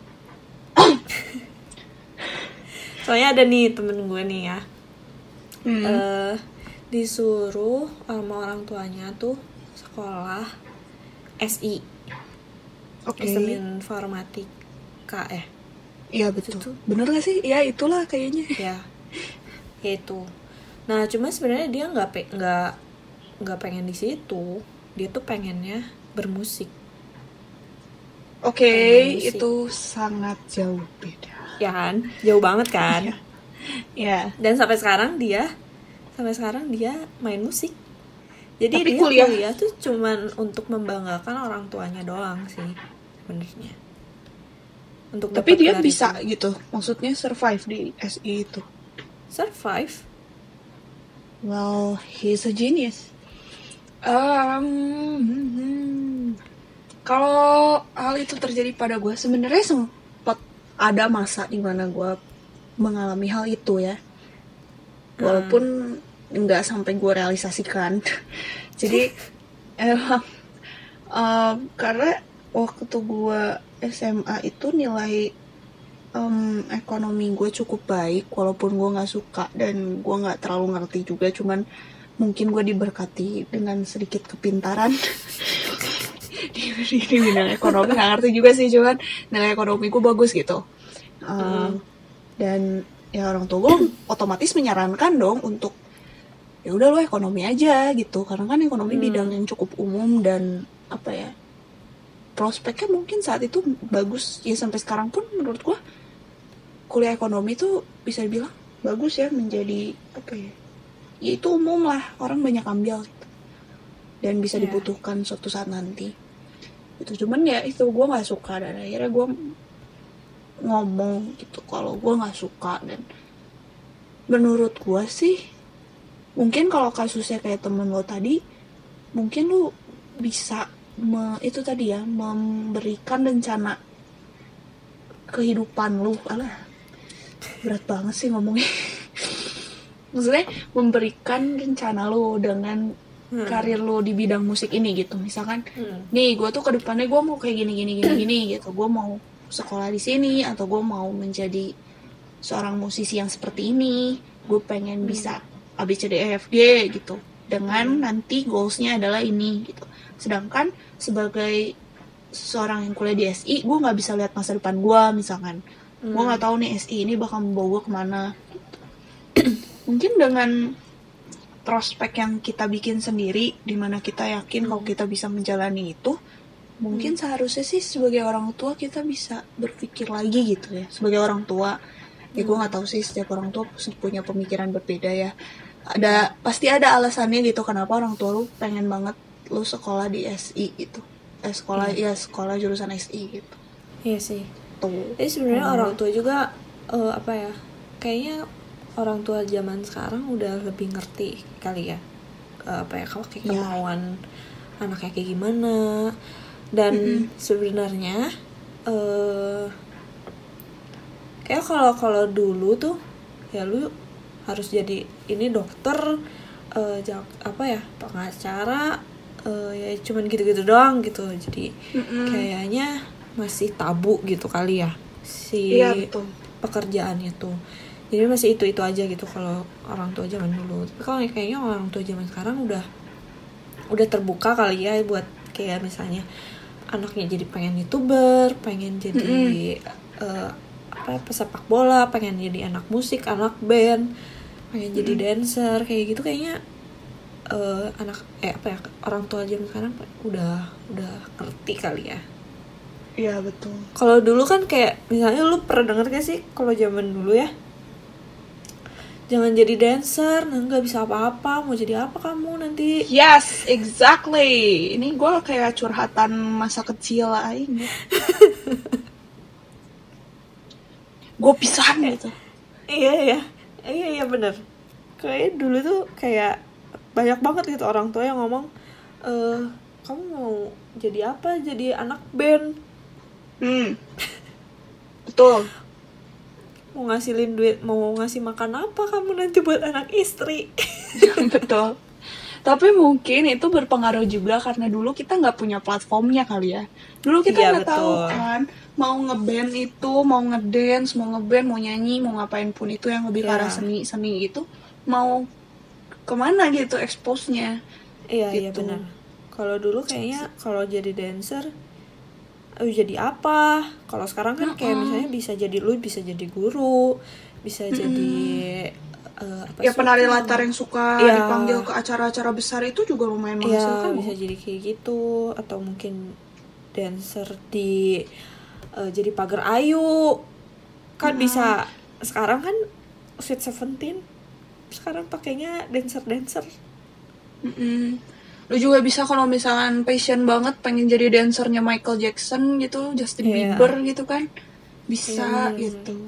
Soalnya ada nih temen gue nih ya, mm. uh, disuruh sama orang tuanya tuh sekolah S I, okay. Sistem Informatika ya. Iya betul. Itu. Bener gak sih? Ya itulah kayaknya. Ya, ya itu. Nah cuma sebenarnya dia nggak pe- nggak nggak pengen di situ. Dia tuh pengennya bermusik. Oke, okay, itu sangat jauh beda. Ya kan, jauh banget kan. Iya. Yeah. Dan sampai sekarang dia, sampai sekarang dia main musik. Jadi tapi dia kuliah. kuliah tuh cuman untuk membanggakan orang tuanya doang sih sebenarnya. Untuk tapi dia bisa itu. Gitu, maksudnya survive di S I itu. Survive? Well, he's a genius. Um, hmm, kalau hal itu terjadi pada gue, sebenarnya sempat ada masa di mana gue mengalami hal itu ya. Walaupun hmm. nggak sampai gue realisasikan. Jadi emang um, karena waktu gue S M A itu nilai um, ekonomi gue cukup baik, walaupun gue nggak suka dan gue nggak terlalu ngerti juga, cuman mungkin gue diberkati dengan sedikit kepintaran di, di, di bidang ekonomi. Nggak ngerti juga sih, cuman nilai ekonomi gue bagus gitu. Um, hmm. Dan ya orang tua gue otomatis menyarankan dong untuk ya udah lo ekonomi aja gitu, karena kan ekonomi hmm. bidang yang cukup umum dan apa ya, prospeknya mungkin saat itu bagus ya. Sampai sekarang pun menurut gue kuliah ekonomi tuh bisa dibilang bagus ya, menjadi apa ya, ya itu umum lah, orang banyak ambil gitu, dan bisa yeah. dibutuhkan suatu saat nanti itu. Cuman ya itu gue nggak suka, dan akhirnya gue ngomong gitu kalau gue nggak suka. Dan menurut gue sih mungkin kalau kasusnya kayak temen lo tadi, mungkin lo bisa me, itu tadi ya, memberikan rencana kehidupan lo. Alah, berat banget sih ngomongnya. Maksudnya memberikan rencana lo dengan hmm. karir lo di bidang musik ini gitu. Misalkan, hmm. nih gue tuh kedepannya gue mau kayak gini gini gini gini gitu. Gue mau sekolah di sini, atau gue mau menjadi seorang musisi yang seperti ini. Gue pengen hmm. bisa A B C D E F G gitu, dengan hmm. nanti goalsnya adalah ini gitu. Sedangkan sebagai seorang yang kuliah di S I, gue nggak bisa lihat masa depan gue misalkan. hmm. Gue nggak tahu nih S I ini bakal membawa gue kemana gitu. Mungkin dengan prospek yang kita bikin sendiri, dimana kita yakin hmm. kalau kita bisa menjalani itu, mungkin hmm. seharusnya sih sebagai orang tua kita bisa berpikir lagi gitu ya. Sebagai orang tua, ya gue nggak tahu sih, setiap orang tua punya pemikiran berbeda ya. Ada pasti ada alasannya gitu kenapa orang tua lu pengen banget lu sekolah di S I gitu, eh, sekolah hmm. ya sekolah jurusan S I gitu. Iya sih. Tuh. Jadi sebenarnya hmm. orang tua juga uh, apa ya? Kayaknya orang tua zaman sekarang udah lebih ngerti kali ya. Uh, apa ya, kalau kayak kemauan yeah. anaknya kayak gimana. Dan mm-hmm. sebenarnya uh, kayak kalau kalau dulu tuh ya lu harus jadi ini dokter, uh, jak, apa ya pengacara, uh, ya cuman gitu-gitu doang gitu. Jadi Mm-mm. kayaknya masih tabu gitu kali ya si Iya betul. pekerjaan itu. Jadi masih itu-itu aja gitu kalau orang tua zaman dulu. Tapi kalau kayaknya orang tua zaman sekarang udah udah terbuka kali ya buat kayak misalnya anaknya jadi pengen YouTuber, pengen jadi uh, apa pesepak bola, pengen jadi anak musik, anak band, pengen jadi Mm-mm. dancer kayak gitu kayaknya uh, anak eh apa ya orang tua zaman sekarang udah udah ngerti kali ya. Iya betul. Kalau dulu kan kayak misalnya lu pernah denger gak sih kalau zaman dulu ya, jangan jadi dancer, nah nggak bisa apa-apa, mau jadi apa kamu nanti? Yes, exactly. Ini gue kayak curhatan masa kecil aja. Gue pisahan gitu. Iya iya, iya iya bener. Kayak dulu tuh kayak banyak banget gitu orang tua yang ngomong, e, kamu mau jadi apa? Jadi anak band. Hmm. Betul. Mau ngasilin duit, mau ngasih makan apa kamu nanti buat anak istri? Betul. Tapi mungkin itu berpengaruh juga karena dulu kita nggak punya platformnya kali ya. Dulu kita Iya, nggak tahu betul. kan mau ngeband itu, mau ngedance, mau ngeband, mau nyanyi, mau ngapain pun itu yang lebih ke arah Iya. seni-seni itu mau kemana gitu expose-nya. Iya iya Gitu. benar. Kalau dulu kayaknya kalau jadi dancer, eh jadi apa? Kalau sekarang kan kayak Mm-mm. misalnya bisa jadi lu bisa jadi guru, bisa jadi eh, apa Ya sih penari itu latar namanya? yang suka Iya. dipanggil ke acara-acara besar itu juga lumayan Iya, menghasilkan bisa loh. jadi kayak gitu atau mungkin dancer di eh, jadi pagar ayu. Kan bisa sekarang kan Sweet Seventeen sekarang pakainya dancer-dancer. Mm-mm. Lu juga bisa kalau misalkan passion banget pengen jadi dancernya Michael Jackson gitu, Justin Iya. Bieber gitu kan. Bisa Iya, bener-bener. gitu.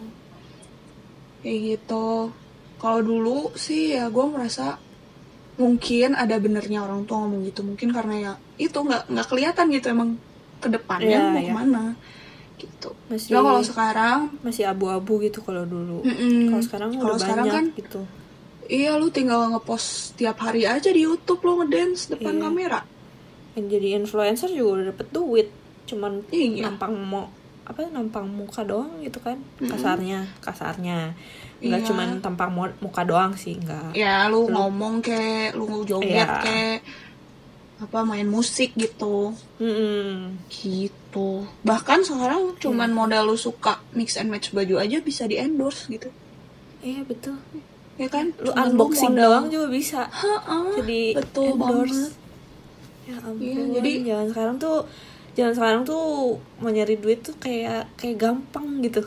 Kayak gitu. Kalau dulu sih ya gue merasa mungkin ada benernya orang tua ngomong gitu. Mungkin karena ya itu nggak nggak kelihatan gitu emang ke depannya Iya, mau iya. kemana gitu. Masih Cuma kalau sekarang, masih abu-abu gitu kalau dulu. mm-mm. Kalau sekarang Kalau udah sekarang banyak kan gitu. iya lu tinggal ngepost tiap hari aja di YouTube lo ngedance depan Iya. kamera. Yang jadi influencer juga udah dapet duit, cuman Iya. nampang mau apa nampang muka doang gitu kan, kasarnya kasarnya nggak Iya. cuman tampang mu- muka doang sih, nggak. Ya lu ngomong kek, lu joget Iya. kek, apa main musik gitu. Mm-mm. Gitu. Bahkan sekarang cuman modal lu suka mix and match baju aja bisa di endorse gitu. Iya betul. Ya kan? Lu Cuman unboxing modal- doang juga bisa Ha-ha, jadi betul endorse. banget. Ya ampun, Iya, jadi- jangan sekarang tuh jangan sekarang tuh mau nyari duit tuh kayak kayak gampang gitu.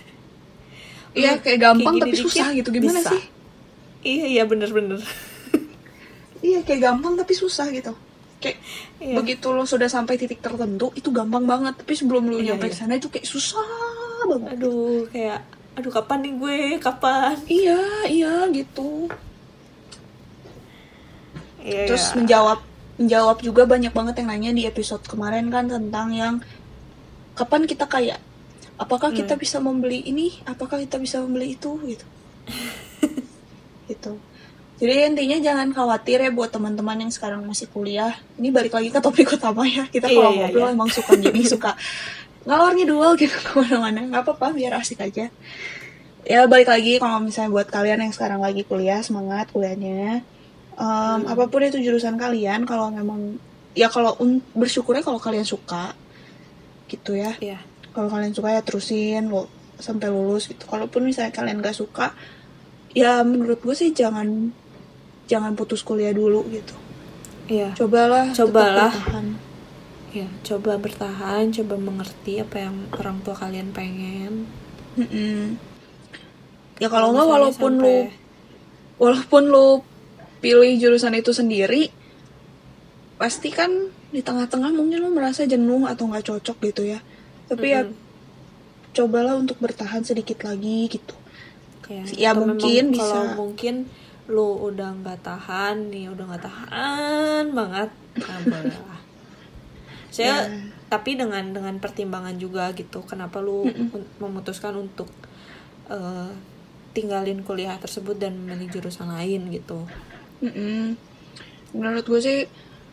Iya Lu kayak gampang kayak tapi gini susah dikit gitu. Gimana bisa. sih? Iya iya bener-bener. Iya kayak gampang tapi susah gitu. Kayak Iya. begitu lo sudah sampai titik tertentu itu gampang banget. Tapi sebelum lo Iya, nyampe iya. ke sana itu kayak susah banget. Aduh kayak aduh kapan nih gue kapan. Iya, iya gitu. Iya. Terus menjawab menjawab juga banyak banget yang nanya di episode kemarin kan tentang yang kapan kita kaya? Apakah Hmm. kita bisa membeli ini? Apakah kita bisa membeli itu? Gitu. Gitu. Jadi intinya jangan khawatir ya buat teman-teman yang sekarang masih kuliah. Ini balik lagi ke topik utama ya. Kita Iya, kalau iya, ngobrol iya. emang suka gini, suka ngalor ngidul gitu kemana-mana. Gak apa-apa, biar asik aja. Ya balik lagi kalau misalnya buat kalian yang sekarang lagi kuliah, semangat kuliahnya. Um, apapun itu jurusan kalian, kalau memang ya kalau un- bersyukurnya kalau kalian suka gitu ya. Iya. Kalau kalian suka ya terusin lo sampai lulus gitu. Kalaupun misalnya kalian gak suka, ya menurut gue sih jangan jangan putus kuliah dulu gitu. Iya. Cobalah, tetap Cobalah. bertahan. Ya, coba bertahan, coba mengerti apa yang orang tua kalian pengen. Mm-mm. Ya kalau nggak Misalnya walaupun sampai- lu walaupun lu pilih jurusan itu sendiri, pasti kan di tengah-tengah mungkin lu merasa jenuh atau nggak cocok gitu ya. Tapi ya Mm-mm. cobalah untuk bertahan sedikit lagi gitu. Ya, Ya, atau mungkin memang bisa. kalau mungkin lu udah nggak tahan nih, udah nggak tahan banget, nah boleh lah. Saya Ya. tapi dengan dengan pertimbangan juga gitu, kenapa lu un- memutuskan untuk eh, tinggalin kuliah tersebut dan memilih jurusan lain gitu. Mm-mm. Menurut gue sih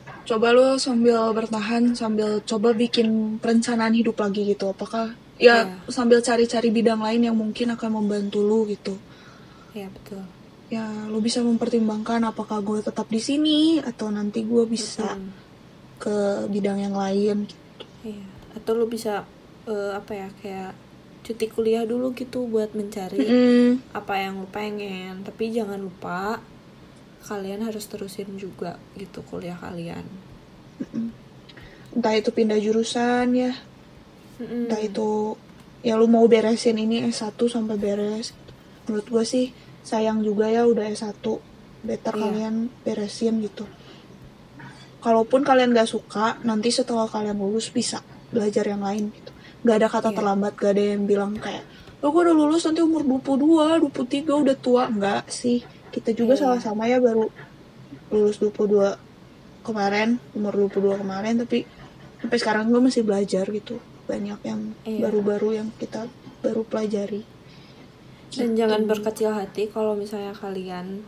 coba lo sambil bertahan, sambil coba bikin perencanaan hidup lagi gitu. Apakah ya Iya, sambil cari-cari bidang lain yang mungkin akan membantu lo gitu. iya betul. Ya lo bisa mempertimbangkan apakah gue tetap di sini atau nanti gue bisa Mm-mm. ke bidang yang lain. Iya. Atau lu bisa eh, apa ya kayak cuti kuliah dulu gitu buat mencari Mm-mm. apa yang lu pengen. Tapi jangan lupa kalian harus terusin juga gitu kuliah kalian. Entah itu pindah jurusan ya, entah Mm-mm. itu ya lu mau beresin ini S satu sampai beres. Menurut gue sih sayang juga ya udah S satu, better Iya, kalian beresin gitu. Kalaupun kalian gak suka, nanti setelah kalian lulus bisa belajar yang lain gitu. Gak ada kata iya, terlambat, gak ada yang bilang kayak lo gue udah lulus nanti umur dua puluh dua, dua puluh tiga udah tua. Enggak sih, kita juga iya, iya, sama-sama ya baru lulus dua puluh dua kemarin, umur dua puluh dua kemarin, tapi sampai sekarang gue masih belajar gitu. Banyak yang iya. baru-baru yang kita baru pelajari Dan gitu. jangan berkecil hati kalau misalnya kalian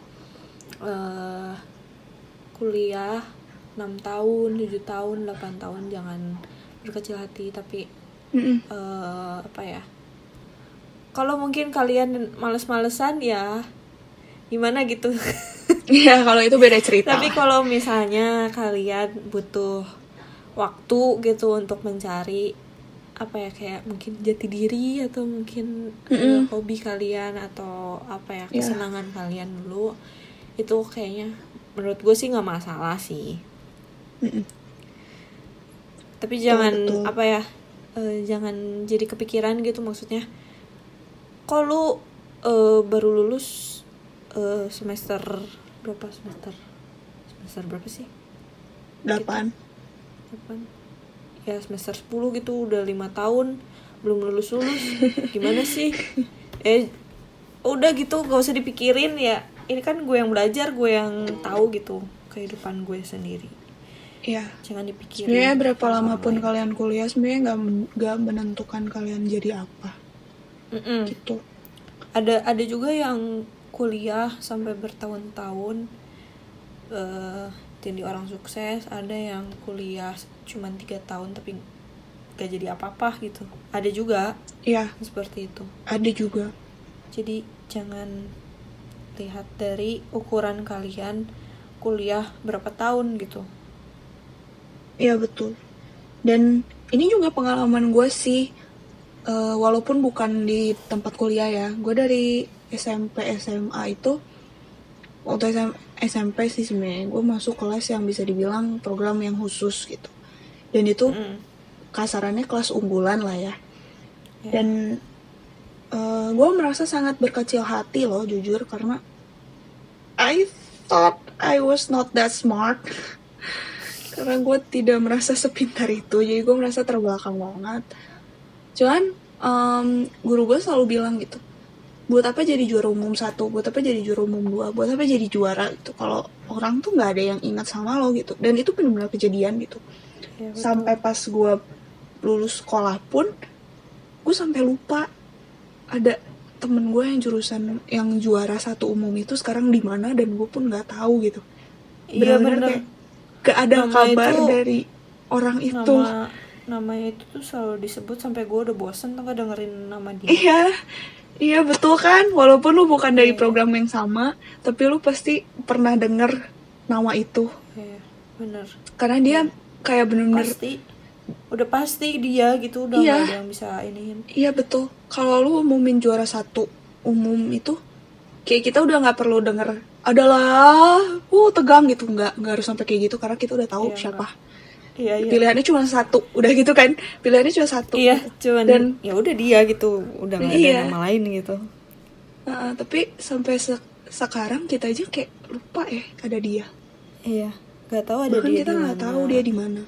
eh kuliah enam tahun, tujuh tahun, delapan tahun, jangan berkecil hati. Tapi Mm-mm. eh apa ya? Kalau mungkin kalian males-malesan ya gimana gitu. Ya kalau itu beda cerita Tapi lah. kalau misalnya kalian butuh waktu gitu untuk mencari apa ya kayak mungkin jati diri atau mungkin eh, Mm-mm. hobi kalian atau apa ya Ya, kesenangan kalian dulu, itu kayaknya menurut gue sih nggak masalah sih. mm-mm. Tapi Betul, jangan betul. apa ya eh, jangan jadi kepikiran gitu, maksudnya kalau lu eh, baru lulus eh, semester berapa semester semester berapa sih Delapan. delapan ya semester sepuluh gitu udah lima tahun belum lulus lulus gimana sih, eh udah gitu gak usah dipikirin ya, ini kan gue yang belajar, gue yang tahu gitu kehidupan gue sendiri, Ya, jangan dipikirin sebenarnya berapa kehidupan lama orang pun lain. kalian kuliah sebenarnya nggak nggak menentukan kalian jadi apa Mm-mm. gitu. ada ada juga yang kuliah sampai bertahun-tahun eh jadi orang sukses, ada yang kuliah cuma tiga tahun tapi gak jadi apa-apa gitu, ada juga Ya, yang seperti itu. ada juga. Jadi jangan lihat dari ukuran kalian kuliah berapa tahun gitu. Ya betul. Dan ini juga pengalaman gue sih. Eh, walaupun bukan di tempat kuliah ya, gue dari S M P S M A itu waktu S M S M P sih sebenarnya gue masuk kelas yang bisa dibilang program yang khusus gitu. Dan itu Mm-mm. kasarannya kelas unggulan lah ya. Ya. Dan uh, gue merasa sangat berkecil hati loh jujur, karena I thought I was not that smart. Karena gue tidak merasa sepintar itu, jadi gue merasa terbelakang banget. Cuman um, guru gue selalu bilang gitu, buat apa jadi juara umum satu, buat apa jadi juara umum dua, buat apa jadi juara gitu kalau orang tuh nggak ada yang ingat sama lo gitu. Dan itu benar-benar kejadian gitu. Ya, betul. Sampai pas gue lulus sekolah pun gue sampai lupa ada temen gue yang jurusan yang juara satu umum itu sekarang di mana, dan gue pun nggak tahu gitu. Iya Benar-benar bener. kayak gak ada Nama kabar itu- dari orang itu. Nama namanya itu tuh selalu disebut sampai gue udah bosen tuh gak dengerin nama dia. Iya, iya betul kan. Walaupun lu bukan dari Iya. program yang sama, tapi lu pasti pernah denger nama itu. Iya, bener. Karena dia kayak bener-bener, Pasti udah pasti dia gitu, udah Iya. gak ada yang bisa iniin. iya betul. Kalau lu umumin juara satu umum itu, kayak kita udah nggak perlu denger adalah, uh tegang gitu, nggak nggak harus sampai kayak gitu karena kita udah tahu Iya, siapa. Iya iya. Pilihannya cuma satu, udah gitu kan? Pilihannya cuma satu. Iya, cuman Dan- ya udah dia gitu, udah gak ada Iya. nama lain gitu. Nah, tapi sampai se- sekarang kita aja kayak lupa ya ada dia. Iya, gak tahu ada Bahkan dia kita di nggak mana. tahu dia di mana.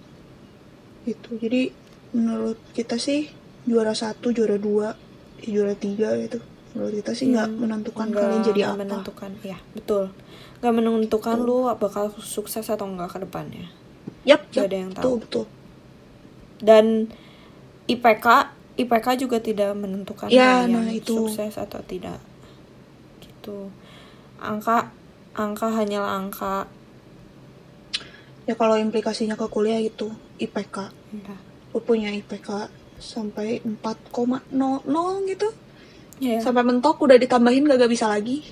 Gitu. Jadi menurut kita sih juara satu, juara dua, ya juara tiga gitu. Menurut kita sih nggak Iya, menentukan nggak- kalian jadi nggak apa. menentukan, ya betul. Gak menentukan lu bakal sukses atau enggak ke depannya. Yap, Nggak yap, ada yang betul, tahu. betul. Dan I P K, I P K juga tidak menentukan Ya, kalian nah itu. sukses atau tidak. Gitu. Angka, angka hanyalah angka. Ya kalau implikasinya ke kuliah itu I P K. Iya. Lu punya I P K sampai empat koma nol nol gitu. Iya. Sampai mentok udah ditambahin gak, gak bisa lagi.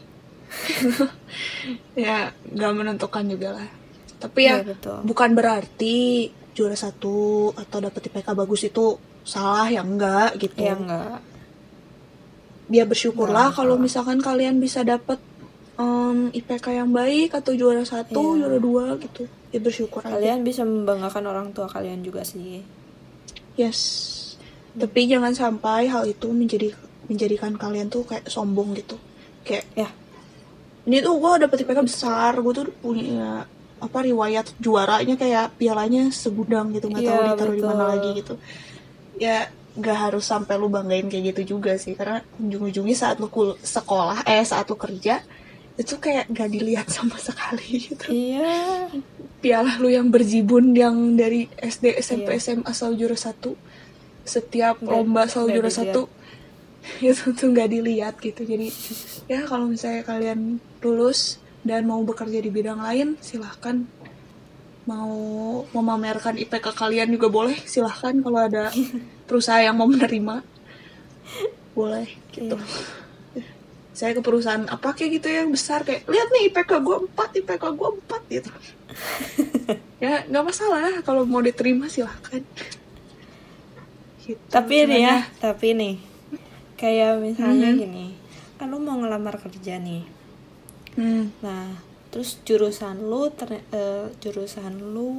Ya gak menentukan juga lah. Tapi ya Iya, betul. bukan berarti juara satu atau dapet I P K bagus itu salah, ya enggak gitu. Ya enggak. Ya bersyukurlah Enggak kalau masalah. misalkan kalian bisa dapet um, I P K yang baik atau juara satu, Iya. juara dua gitu. Ya bersyukur aja. Kalian bisa membanggakan orang tua kalian juga sih. Yes. Tapi jangan sampai hal itu menjadi menjadikan kalian tuh kayak sombong gitu. Kayak Ya. ini tuh gue dapet I P K besar, gue tuh punya apa riwayat juaranya kayak pialanya segudang gitu, nggak tahu Iya, ditaruh di mana betul. lagi gitu. Ya nggak harus sampai lu banggain kayak gitu juga sih, karena ujung-ujungnya saat lu kul- sekolah eh saat lu kerja itu kayak gak dilihat sama sekali gitu. Iya. Piala lu yang berjibun yang dari S D, S M P, Iya. S M A selalu juara satu, setiap Nggak- lomba selalu nggak juara dilihat. satu, itu tuh nggak dilihat gitu. Jadi ya kalau misalnya kalian lulus dan mau bekerja di bidang lain, silahkan. Mau memamerkan I P K kalian juga boleh, silahkan. Kalau ada perusahaan yang mau menerima, boleh gitu. Iya. Saya ke perusahaan apa kayak gitu yang besar, kayak lihat nih I P K gue empat, I P K gue empat gitu. Ya nggak masalah, kalau mau diterima silahkan gitu. Tapi nih ya, Makanya, tapi nih kayak misalnya Mhm. gini, kan lu mau ngelamar kerja nih. hmm, Nah, terus jurusan lu ter- eh, jurusan lu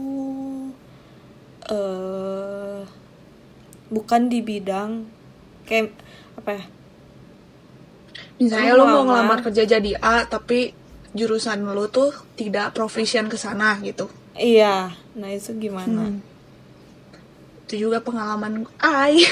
eh bukan di bidang kayak apa ya? misalnya Lu lo mau ngelamar. ngelamar kerja jadi A tapi jurusan lo tuh tidak proficient ke sana gitu. Iya, nah itu gimana? Hmm. Itu juga pengalaman ai.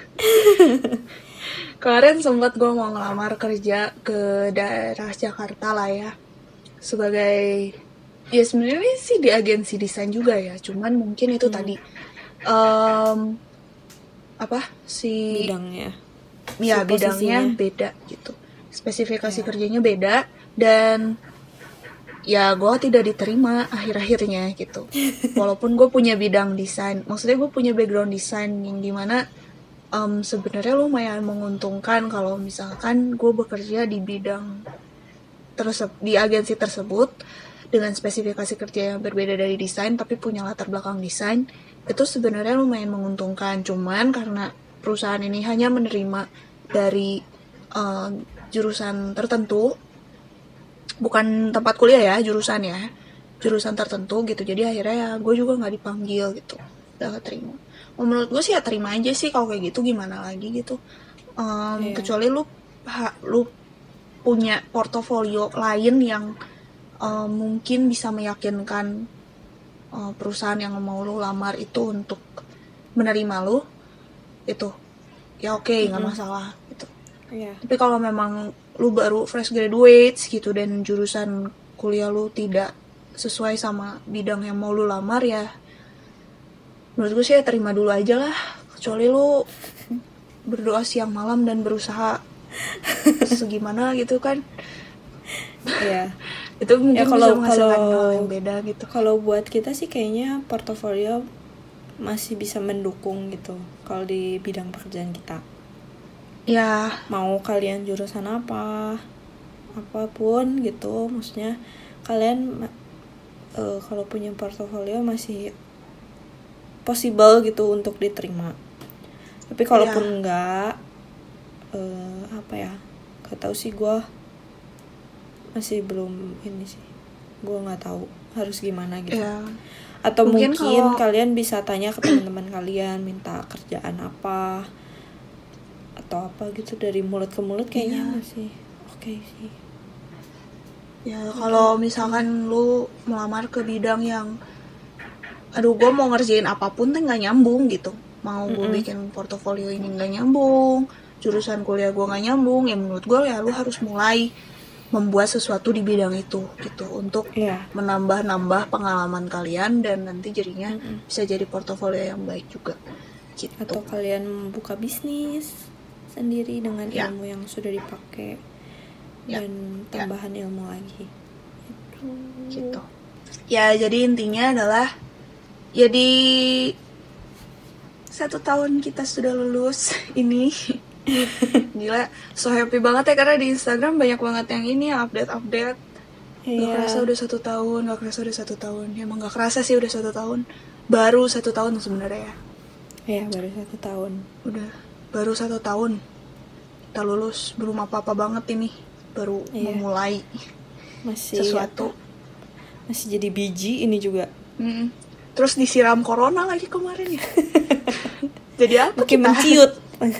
Kemarin sempat gue mau ngelamar kerja ke daerah Jakarta lah ya, sebagai ya sebenarnya sih di agensi desain juga ya, cuman mungkin itu Hmm. tadi em, apa si Bidangnya. ya si bidangnya posisinya. beda gitu, spesifikasi Ya. kerjanya beda, dan ya gue tidak diterima akhir-akhirnya gitu. Walaupun gue punya bidang desain, maksudnya gue punya background desain yang dimana um, sebenarnya lumayan menguntungkan kalau misalkan gue bekerja di bidang tersebut, di agensi tersebut dengan spesifikasi kerja yang berbeda dari desain tapi punya latar belakang desain. Itu sebenarnya lumayan menguntungkan, cuman karena perusahaan ini hanya menerima dari uh, jurusan tertentu, bukan tempat kuliah ya, jurusan ya, jurusan tertentu gitu. Jadi akhirnya ya gue juga nggak dipanggil gitu, nggak keterima. Oh, menurut gue sih ya terima aja sih, kalau kayak gitu gimana lagi gitu. Um, Iya. Kecuali lu ha, lu punya portofolio lain yang uh, mungkin bisa meyakinkan uh, perusahaan yang mau lu lamar itu untuk menerima lu, itu ya oke, okay, nggak Mm-mm. masalah gitu. Iya. Tapi kalau memang lu baru fresh graduates gitu dan jurusan kuliah lu tidak sesuai sama bidang yang mau lu lamar, ya menurut gue sih ya terima dulu aja lah. Kecuali lu berdoa siang malam dan berusaha segimana gitu kan. Iya. Itu mungkin Ya, bisa kalau- menghasilkan kalau- hal yang beda gitu. Kalau buat kita sih kayaknya portofolio masih bisa mendukung gitu kalau di bidang pekerjaan kita. Ya, Mau kalian jurusan apa, apapun gitu, maksudnya kalian eh, kalau punya portofolio masih possible gitu untuk diterima. Tapi kalaupun Iya. enggak, eh, apa ya, gak tahu sih, gue masih belum ini sih, gue nggak tahu harus gimana gitu. ya. Atau Mungkin mungkin, kalau- kalian bisa tanya ke teman-teman kalian minta kerjaan apa atau apa gitu, dari mulut ke mulut kayaknya Iya. masih oke sih. Ya kalau misalkan lu melamar ke bidang yang aduh gue mau ngerjain apapun tuh nggak nyambung gitu, mau gue Mm-mm. bikin portofolio ini nggak nyambung, jurusan kuliah gue nggak nyambung, ya menurut gue ya lu harus mulai membuat sesuatu di bidang itu gitu, untuk Iya. menambah-nambah pengalaman kalian dan nanti jadinya Mm-mm. bisa jadi portofolio yang baik juga gitu. Atau kalian membuka bisnis sendiri dengan Ya. ilmu yang sudah dipakai Ya. dan tambahan ilmu lagi. Itu. Gitu. Ya, jadi intinya adalah ya di satu tahun kita sudah lulus ini. Gila, so happy banget ya karena di Instagram banyak banget yang ini yang update-update. Gak Iya. kerasa udah satu tahun, gak kerasa udah satu tahun. Ya, emang gak kerasa sih udah satu tahun. Baru satu tahun sebenarnya ya. Iya, baru satu tahun. Udah, baru satu tahun. Kita lulus, belum apa-apa banget ini. Baru Iya. memulai Masih sesuatu. apa, masih jadi biji ini juga. Mm-mm. Terus disiram corona lagi kemarin ya. Jadi apa Makin kita? menciut.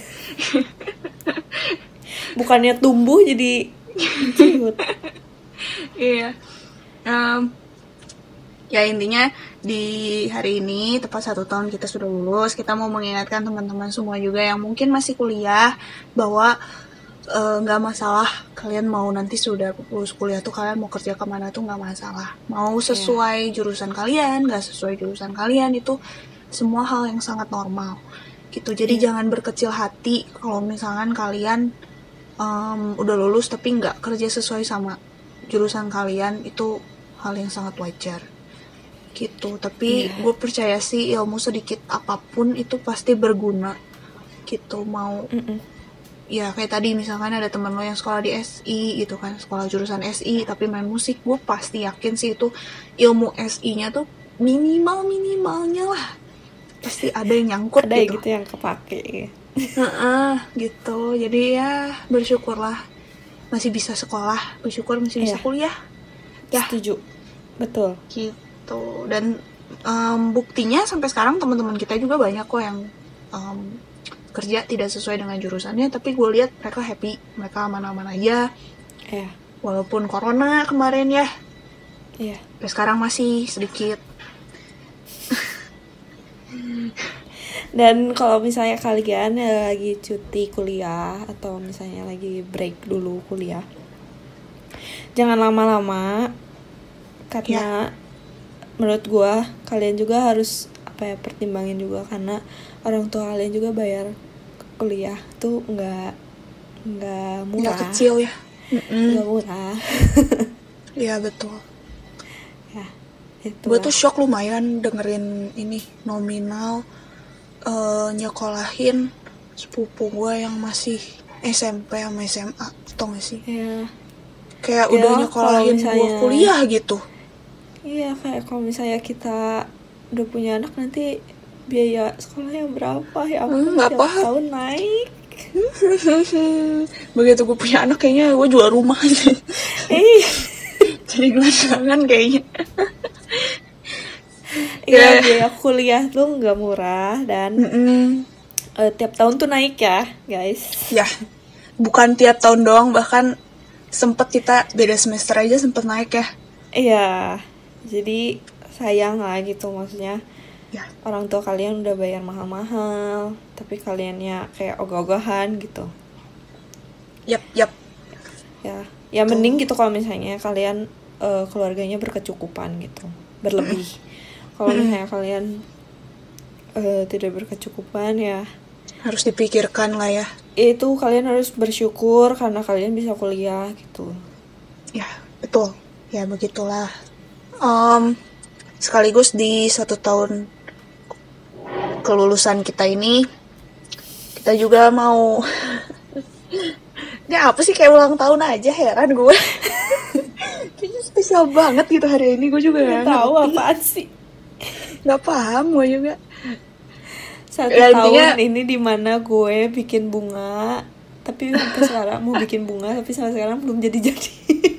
Bukannya tumbuh jadi menciut. Iya. Um, ya intinya di hari ini tepat satu tahun kita sudah lulus. Kita mau mengingatkan teman-teman semua juga yang mungkin masih kuliah bahwa nggak uh, masalah kalian mau nanti sudah lulus kuliah tuh kalian mau kerja kemana tuh nggak masalah. Mau sesuai yeah. jurusan kalian, nggak sesuai jurusan kalian itu semua hal yang sangat normal gitu. Jadi yeah. jangan berkecil hati kalau misalkan kalian um, udah lulus tapi nggak kerja sesuai sama jurusan kalian, itu hal yang sangat wajar gitu. Tapi yeah. gue percaya sih ilmu sedikit apapun itu pasti berguna gitu. Mau Mm-mm. ya kayak tadi misalkan ada teman lo yang sekolah di S I gitu kan, sekolah jurusan S I tapi main musik, gue pasti yakin sih itu ilmu S I-nya tuh minimal minimalnya lah pasti ada yang nyangkut ada gitu. gitu yang kepake uh-uh, gitu. Jadi ya bersyukurlah masih bisa sekolah, bersyukur masih bisa iya. kuliah ya. Setuju, betul gitu. Dan um, buktinya sampai sekarang teman-teman kita juga banyak kok yang um, kerja tidak sesuai dengan jurusannya, tapi gue lihat mereka happy, mereka aman-aman aja iya. Walaupun corona kemarin ya iya. sampai sekarang masih sedikit. Dan kalau misalnya kalian ya lagi cuti kuliah atau misalnya lagi break dulu kuliah, jangan lama-lama karena ya. Menurut gue kalian juga harus apa ya pertimbangin juga karena orang tua kalian juga bayar kuliah tuh nggak nggak murah, nggak kecil ya, nggak murah. Iya betul. Ya, gue tuh shock lumayan dengerin ini nominal uh, nyekolahin sepupu gue yang masih S M P sama S M A, tau gak sih? Ya. Kayak ya, udah nyekolahin misalnya, gue kuliah gitu. Iya, kayak kalau misalnya kita udah punya anak nanti biaya sekolahnya berapa ya, hmm, tiap paham. tahun naik. Begitu gue punya anak kayaknya gue jual rumah aja. Eh, jadi gelandangan kayaknya. Iya, biaya kuliah tuh nggak murah dan uh, tiap tahun tuh naik ya, guys. Ya, bukan tiap tahun doang, bahkan sempet kita beda semester aja sempet naik ya. Iya, jadi sayang lah gitu maksudnya. Ya. Orang tua kalian udah bayar mahal-mahal, tapi kaliannya kayak ogah-ogahan gitu. Yap, yap. Ya, ya tuh. Mending gitu kalau misalnya kalian uh, keluarganya berkecukupan gitu, berlebih. Kalau misalnya kalian uh, tidak berkecukupan ya harus dipikirkan lah ya. Itu kalian harus bersyukur karena kalian bisa kuliah gitu. Ya, betul. Ya begitulah. Um, sekaligus di satu tahun kelulusan kita ini, kita juga mau ini apa sih kayak ulang tahun aja, heran gue. Kayaknya spesial banget gitu hari ini, gue juga nggak tahu apaan sih, nggak paham gue juga. Satu ya, tahun intinya, ini dimana gue bikin bunga, tapi sampai sekarang mau bikin bunga tapi sampai sekarang belum jadi-jadi.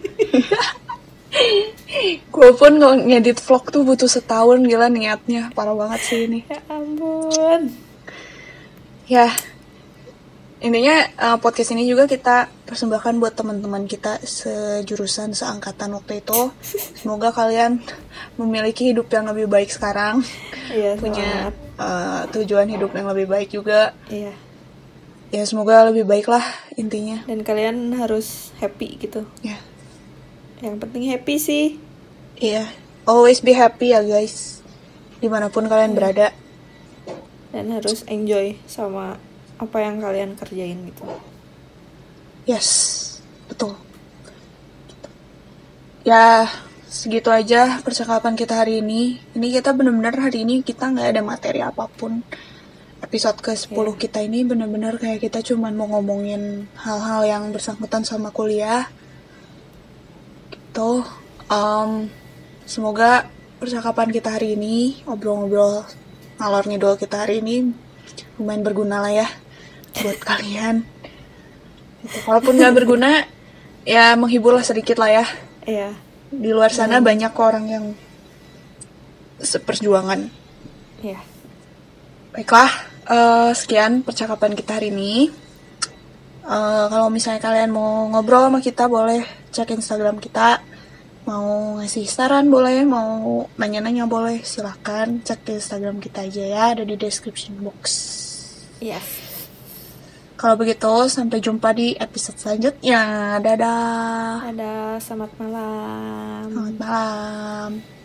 Gue pun ngedit vlog tuh butuh setahun, gila niatnya parah banget sih ini. Ya ampun. Ya, intinya uh, podcast ini juga kita persembahkan buat teman-teman kita sejurusan, seangkatan waktu itu. Semoga kalian memiliki hidup yang lebih baik sekarang. Iya, punya uh, tujuan hidup yang lebih baik juga. Iya. Ya semoga lebih baik lah intinya. Dan kalian harus happy gitu. Ya. Yang penting happy sih. Iya. Always be happy ya guys, dimanapun kalian ya. berada. Dan harus enjoy sama apa yang kalian kerjain gitu. Yes, betul. Ya, segitu aja percakapan kita hari ini. Ini kita bener-bener hari ini kita nggak ada materi apapun. Episode ke sepuluh yeah. kita ini bener-bener kayak kita cuman mau ngomongin hal-hal yang bersangkutan sama kuliah. Gitu. Um, semoga percakapan kita hari ini, ngobrol-ngobrol ngalor ngidol kita hari ini lumayan berguna lah ya buat kalian. Gitu. Walaupun nggak berguna, ya menghibur lah sedikit lah ya. Iya. Di luar sana hmm. banyak orang yang seperjuangan. Iya. Baiklah, uh, sekian percakapan kita hari ini. Uh, kalau misalnya kalian mau ngobrol sama kita, boleh cek Instagram kita. Mau ngasih saran boleh, mau nanya-nanya boleh, silahkan cek Instagram kita aja ya, ada di description box. Yes. Kalau begitu, sampai jumpa di episode selanjutnya. Dadah. Dadah, selamat malam. Selamat malam.